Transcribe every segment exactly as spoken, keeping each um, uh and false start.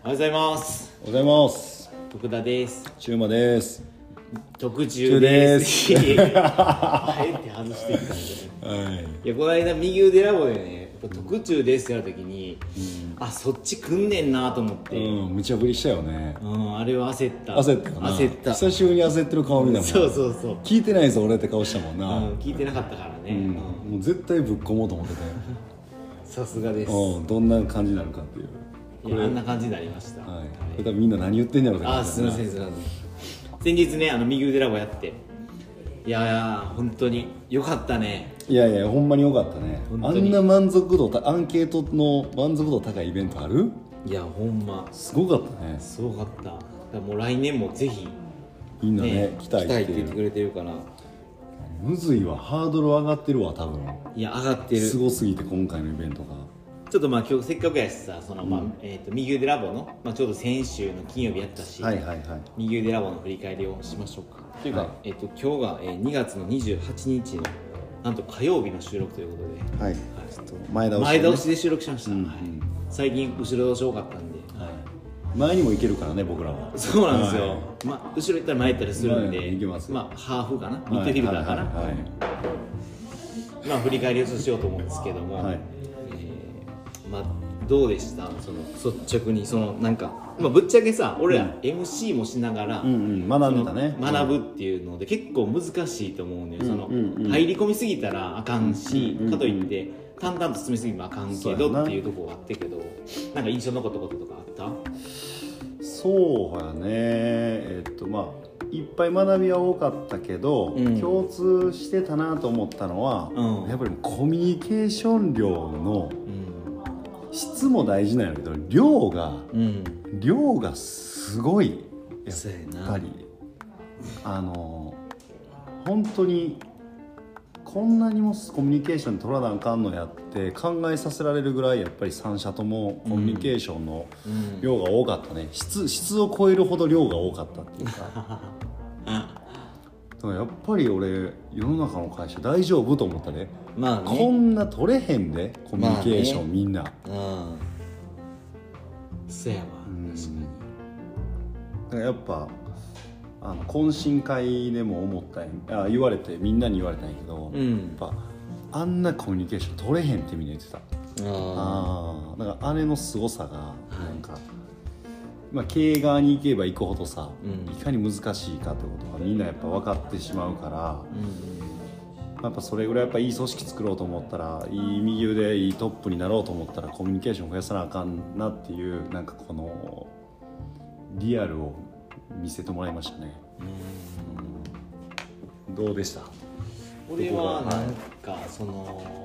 おはようございます。 おはようございます。 徳田です。 中馬です。 特注です。あえて外していったんですね。はい。いやこの間右腕ラボでね、特注ですってやるときに、うん、あそっち来んねんなと思って。 うん、無茶ぶりしたよね。 うん、あれは焦った。 焦ったかな。 焦った。 久しぶりに焦ってる顔見たもん。 そうそうそう。 聞いてないぞ俺って顔したもんな。 うん、聞いてなかったからね。うん、 もう絶対ぶっ込もうと思ってて。 さすがです。 うん、どんな感じになるかっていう。 いやあんな感じになりました。 はい。これ多分みんな何言ってんやろうって感じ。 あ、すみませんすみません。先日ねあの右腕ラボやって、いやいや本当に良かったね。 いやいやほんまに良かったね。あんな満足度アンケートの満足度高いイベントある？ いやほんますごかったね。 すごかった。だからもう来年もぜひみんなね、 ね来たいって来たいって言ってくれてるから。 むずいわ、ハードル上がってるわ多分。 いや上がってる。 すごすぎて今回のイベントが。 ちょっとまあ今日せっかくやしさ、そのまあ、うん、えっ、ー、と右腕ラボのまあちょうど先週の金曜日やったし、 はいはいはい、 右腕ラボの振り返りをしましょうか。というか、 はい、 えっ、ー、と今日がえにがつのにじゅうはちにちのなんと火曜日の収録ということで、はい、はい、 ちょっと前倒し、ね、 前倒しで収録しました。うんうん、はい、最近後ろ倒し多かったんで、はい、 前にも行けるからね僕らは。 そうなんですよ。はい、まあ後ろ行ったら前行ったりするんで、 行けます。 まあハーフかな、ミッドフィルダーかな。はいはいはい、まあ振り返りをしようと思うんですけども、はい、えー、まあどうでした？その率直にそのなんか、まあ、ぶっちゃけさ俺ら エムシー もしながら、 うんうん、学んでたね。 学ぶっていうので結構難しいと思うんだよ、うん、その、うんうん、入り込みすぎたらあかんし、うんうん、かといって淡々と進みすぎもあかんけどっていうところがあったけど、なんか印象残ったこととかあった？ そうやね、えっとまあいっぱい学びは多かったけど、うん、共通してたなと思ったのは、うん、やっぱりコミュニケーション量の、うん質も大事なんやけど量が、うん、量がすごいやっぱりあの本当にこんなにもコミュニケーション取らなあかんのやって考えさせられるぐらいやっぱり三者ともコミュニケーションの量が多かったね、うん、質, 質を超えるほど量が多かったっていうかだからやっぱり俺世の中の会社大丈夫と思ったね。まあね、こんな取れへんでコミュニケーション、まあね、みんな。うん。 そうやわ。確かに。 だからやっぱあの懇親会でも思ったんや、あ言われてみんなに言われたんやけど、うん、やっぱあんなコミュニケーション取れへんってみんな言ってた。ああ。だからあれの凄さがなんか、はい、まあ経営側に行けば行くほどさ、うん、いかに難しいかってことがみんなやっぱ分かってしまうから。うんやっぱそれぐらいやっぱいい組織作ろうと思ったらいい右腕いいトップになろうと思ったらコミュニケーション増やさなあかんなっていうなんかこのリアルを見せてもらいましたね。うん、どうでした？ 俺はなんかその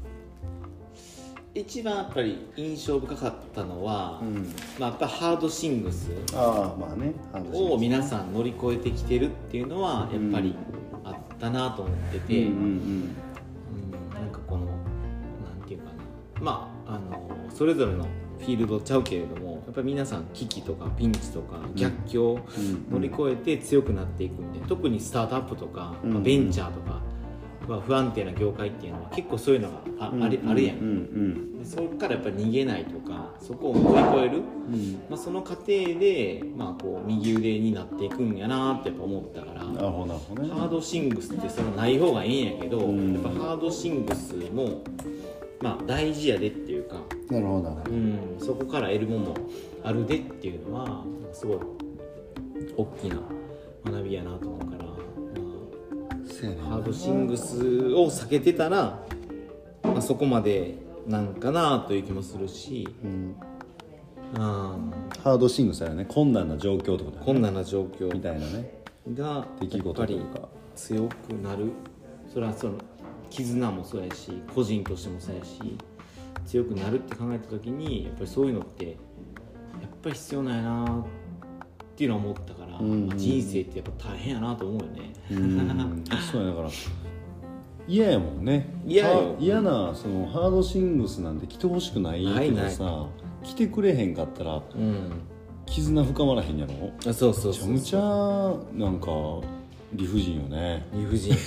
一番やっぱり印象深かったのは、うんまあ、やっぱハードシングスを皆さん乗り越えてきてるっていうのはやっぱり、うんだなと思ってて、うんうんうんうん、なんかこのなんていうかな、まああのそれぞれのフィールドちゃうけれどもやっぱり皆さん危機とかピンチとか逆境を乗り越えて強くなっていくみたいな、特にスタートアップとか、まあ、ベンチャーとか、まあ、不安定な業界っていうのは結構そういうのが あ,、うんうん、あ, るあるやん、うんうん、でそこからやっぱり逃げないとかそこを乗り越える、うんまあ、その過程で、まあ、こう右腕になっていくんやなってやっぱ思ったから、なるほどなるほど、ね、ハードシングスってそのない方がいいんやけど、うん、やっぱハードシングスも、まあ、大事やでっていうか、 なるほど、 うん、そこから得るものもあるでっていうのはすごい大きな学びやなと思うから、まあ、ハードシングスを避けてたら、まあ、そこまでなんかなという気もするし、うんハードシングスだよね、困難な状況ってことだね、 困難な状況みたいなねが出来事というか強くなる。それはその絆もそうやし個人としてもそうやし強くなるって考えた時にやっぱりそういうのってやっぱり必要なんやなっていうのを思ったから、うんうん、人生ってやっぱ大変やなと思うよね。 うんそうやだから嫌やもんね。 嫌よ。 嫌なそのハードシングスなんて来てほしくないけどさ、来てくれへんかったら、うん、絆深まらへんやろ。 あそうそうそうそう。 むちゃむちゃなんか理不尽よね。 理不尽。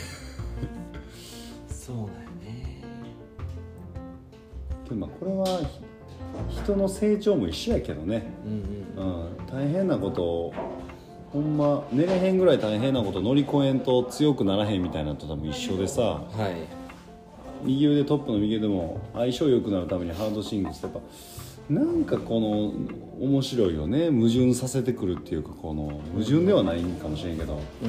そうだよね。 でもまあこれは人の成長も一緒やけどね、うんうんうん、大変なことをほんま寝れへんぐらい大変なこと乗り越えんと強くならへんみたいなのと多分一緒でさ、はい、右腕トップの右腕も相性良くなるためにハードシングスってやっぱなんかこの面白いよね。矛盾させてくるっていうか、この矛盾ではないかもしれんけど、うん、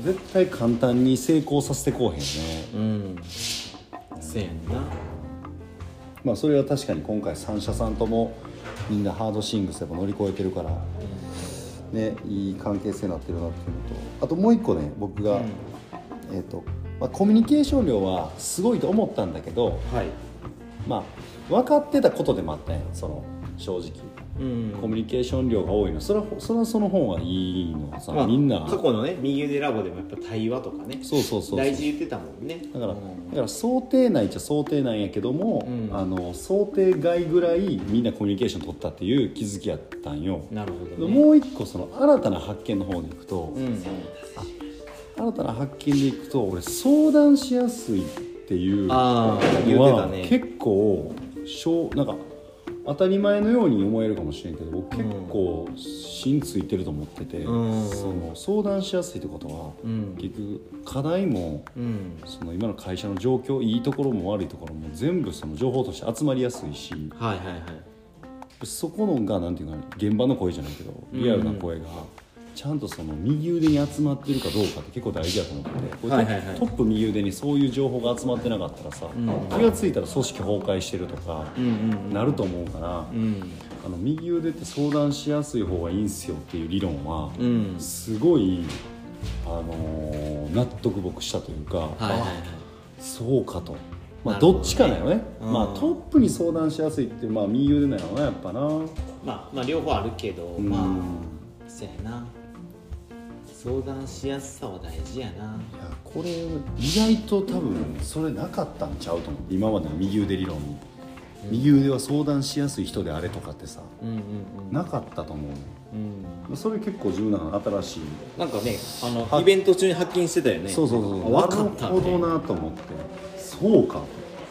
絶対簡単に成功させてこうへんね。うん、 せやんな。 まあそれは確かに今回三社さんともみんなハードシングスやっぱ乗り越えてるから、うん、ね、いい関係性になってるなっていうのと、あともう一個ね、僕が、うん、えーとまあ、コミュニケーション量はすごいと思ったんだけど、はい、まあ分かってたことでもあったんや、その正直、うん、コミュニケーション量が多いの、それはそれはその本はいいのさ、まあ、みんな過去のね右腕ラボでもやっぱ対話とかね、そうそうそうそう、大事言ってたもんね。 だから、うん、だから想定内っちゃ想定内やけども、うん、あの想定外ぐらいみんなコミュニケーション取ったっていう気づきやったんよ。なるほど、ね、もう一個その新たな発見の方に行くと、うん、あ新たな発見でいくと、俺相談しやすいっていうのは、ね、結構なんか当たり前のように思えるかもしれんけど、僕結構芯ついてると思ってて、うん、その相談しやすいってことは、うん、結局課題も、うん、その今の会社の状況、いいところも悪いところも全部その情報として集まりやすいし、はいはいはい、そこのがなんていうか現場の声じゃないけどリアルな声がちゃんとその右腕に集まってるかどうかって結構大事だと思ってて、これ、はいはいはい、トップ右腕にそういう情報が集まってなかったらさ、うん、気がついたら組織崩壊してるとか、うんうんうん、なると思うから、うん、あの右腕って相談しやすい方がいいんすよっていう理論は、うん、すごい、あのー、納得僕したというか、はいはいはい、あそうかと、まあ、どっちかだよね、うん、まあ、トップに相談しやすいって、まあ、右腕なのなやっぱな、 まあ、まあ両方あるけど、うん、まあそうやな、相談しやすさは大事やな。いやこれ意外と多分それなかったんちゃうと思う、今までの右腕理論に、うん、右腕は相談しやすい人であれとかってさ、うんうんうん、なかったと思う、うん、それ結構重要な新しい、 なんかね、あのイベント中に発見してたよね。 そうそうそう、分かったね、なるほどなと思って、そうか、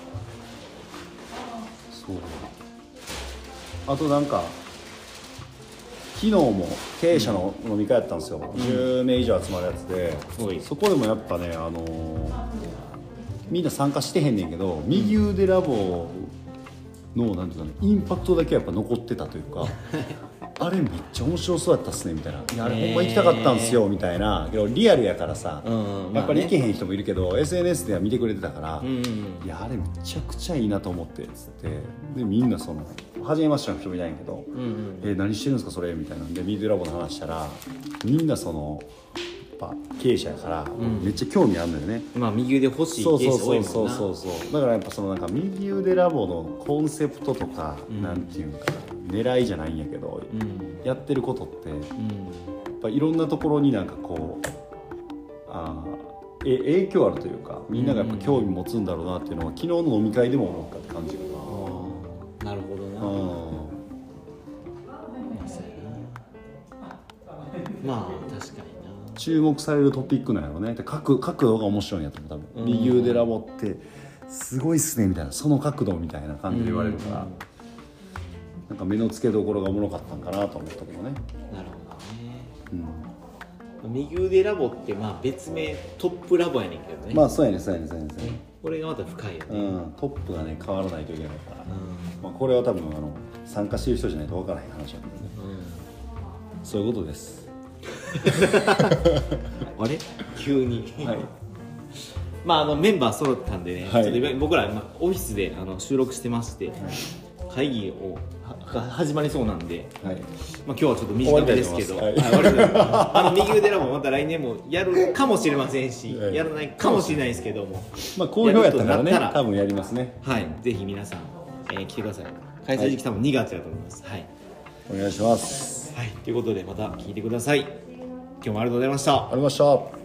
そう、あとなんか昨日も経営者の飲み会やったんですよ、うん、じゅうめい以上集まるやつで、うん、そこでもやっぱね、あのー、みんな参加してへんねんけど、右腕ラボのなんていうか、ね、インパクトだけやっぱ残ってたというかあれめっちゃ面白そうやったっすねみたいな、いやあれほんま行きたかったんすよみたいな、リアルやからさ、うんうん、やっぱり行けへん人もいるけど、まあね、エスエヌエス では見てくれてたから、うんうん、いやあれめちゃくちゃいいなと思ってっつって、でみんなその初めましての人もいないんやけど、うんうん、え何してるんですかそれみたいなんでミードラボの話したら、みんなそのやっぱ経営者やから、うん、めっちゃ興味あるのよね。 まあ右腕欲しい経営者多いもんな。 そうそうそうそう、だからやっぱそのなんか右腕ラボのコンセプトとか、うん、なんていうのかな、狙いじゃないんやけど、うん、やってることって、うん、やっぱいろんなところになんかこうあえ影響あるというか、みんながやっぱ興味持つんだろうなっていうのは、昨日の飲み会でも思ったって感じかな。なるほどな、うん、まあ確かにな、 注目されるトピックなんやろね。各角度が面白いんやと思う、多分、うん、右腕ラボってすごいっすねみたいな、その角度みたいな感じで言われるから、うん、なんか目の付けどころがおもろかったんかなと思ったけどね。 なるほどね、うん、右腕ラボってまあ別名トップラボやねんけどね。 まあそうやねそうやねそうやねそうやね、 これがまた深いよね、 うん、トップがね変わらないといけないから、うん、まあ、これは多分あの参加している人じゃないと分からへん話だけどね、うん、そういうことですあれ急に、はい、まああのメンバー揃ったんでね、はい、ちょっと僕らオフィスであの収録してまして、はい、会議をが始まりそうなんで、はい、まあ、今日はちょっと短めですけど、はい、あの右腕ラボまた来年もやるかもしれませんし、はい、やらないかもしれないですけども、 まあ好評やったからね、多分やりますね。 はい、ぜひ皆さん、えー、来てください。開催時期多分にがつだと思います。はい、 お願いします。 はい、ということでまた聞いてください。今日もありがとうございました。 ありがとうございました。